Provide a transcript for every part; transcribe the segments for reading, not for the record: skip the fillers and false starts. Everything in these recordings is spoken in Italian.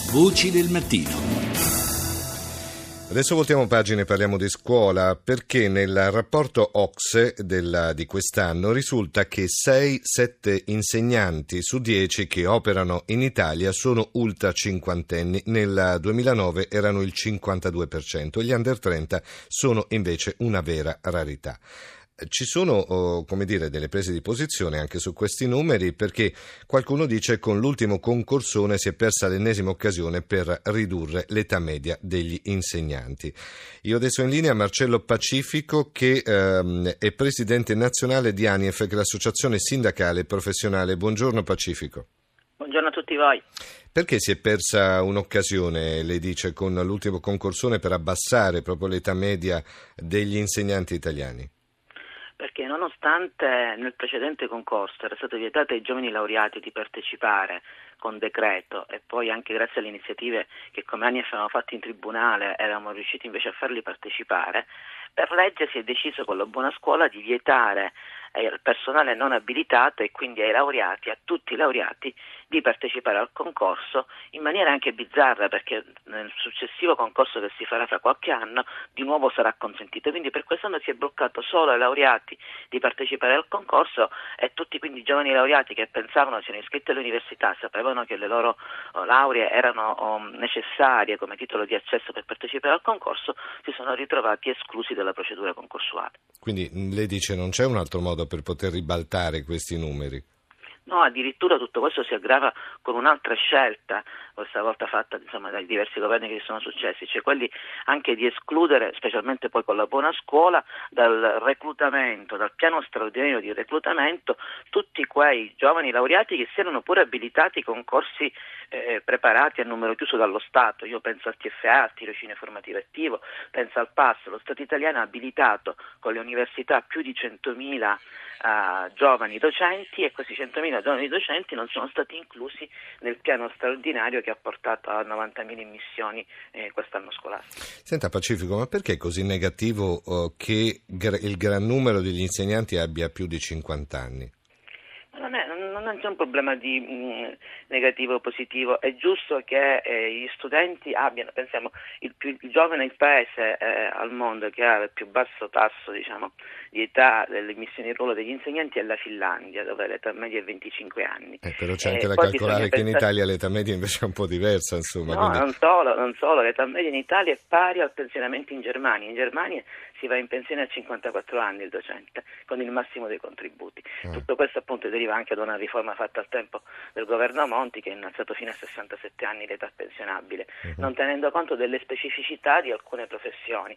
Voci del mattino. Adesso voltiamo pagina e parliamo di scuola, perché nel rapporto OCSE di quest'anno risulta che 6-7 insegnanti su 10 che operano in Italia sono ultra cinquantenni. Nel 2009 erano il 52% e gli under 30 sono invece una vera rarità. Ci sono, delle prese di posizione anche su questi numeri, perché qualcuno dice che con l'ultimo concorsone si è persa l'ennesima occasione per ridurre l'età media degli insegnanti. Io adesso in linea Marcello Pacifico, che è presidente nazionale di ANIEF, che è l'associazione sindacale e professionale. Buongiorno Pacifico. Buongiorno a tutti voi. Perché si è persa un'occasione, lei dice, con l'ultimo concorsone per abbassare proprio l'età media degli insegnanti italiani? Perché nonostante nel precedente concorso era stato vietato ai giovani laureati di partecipare con decreto, e poi anche grazie alle iniziative che come ANIEF avevamo fatto in tribunale eravamo riusciti invece a farli partecipare, per legge si è deciso con la buona scuola di vietare al personale non abilitato e quindi ai laureati, a tutti i laureati, di partecipare al concorso in maniera anche bizzarra, perché nel successivo concorso che si farà fra qualche anno di nuovo sarà consentito. Quindi per quest'anno si è bloccato solo ai laureati di partecipare al concorso, e tutti quindi i giovani laureati che pensavano, si erano iscritti all'università, sapevano che le loro lauree erano necessarie come titolo di accesso per partecipare al concorso, si sono ritrovati esclusi dalla procedura concorsuale. Quindi lei dice non c'è un altro modo per poter ribaltare questi numeri? No, addirittura tutto questo si aggrava con un'altra scelta, questa volta fatta dai diversi governi che si sono successi, cioè quelli anche di escludere, specialmente poi con la buona scuola, dal reclutamento, dal piano straordinario di reclutamento, tutti quei giovani laureati che si erano pure abilitati con corsi preparati a numero chiuso dallo Stato. Io penso al TFA, al tirocinio formativo attivo, penso al PAS. Lo Stato italiano ha abilitato con le università più di 100.000 giovani docenti, e questi 100.000 giovani docenti non sono stati inclusi nel piano straordinario che ha portato a 90.000 immissioni quest'anno scolastico. Senta Pacifico, ma perché è così negativo che il gran numero degli insegnanti abbia più di 50 anni? Non c'è un problema di negativo o positivo, è giusto che gli studenti abbiano, pensiamo, il giovane paese al mondo che ha il più basso tasso di età delle immissioni in ruolo degli insegnanti è la Finlandia, dove l'età media è 25 anni. Però c'è anche da calcolare che in Italia l'età media invece è un po' diversa, insomma. No, quindi... non solo, l'età media in Italia è pari al pensionamento in Germania. In Germania si va in pensione a 54 anni il docente, con il massimo dei contributi. Tutto questo appunto deriva anche da una riforma fatta al tempo del governo Monti, che ha innalzato fino a 67 anni l'età pensionabile, non tenendo conto delle specificità di alcune professioni.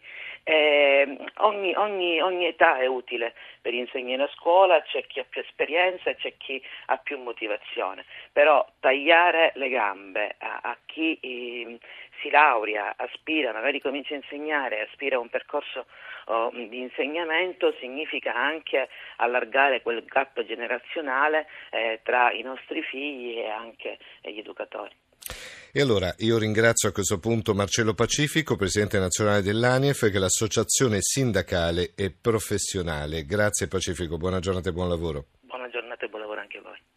Ogni età è utile per insegnare a scuola, c'è chi ha più esperienza e c'è chi ha più motivazione, però tagliare le gambe a chi si laurea, aspira, magari comincia a insegnare, aspira a un percorso di insegnamento, significa anche allargare quel gap generazionale tra i nostri figli e anche gli educatori. E allora io ringrazio a questo punto Marcello Pacifico, presidente nazionale dell'ANIEF, che è l'associazione sindacale e professionale. Grazie Pacifico, buona giornata e buon lavoro. Buona giornata e buon lavoro anche a voi.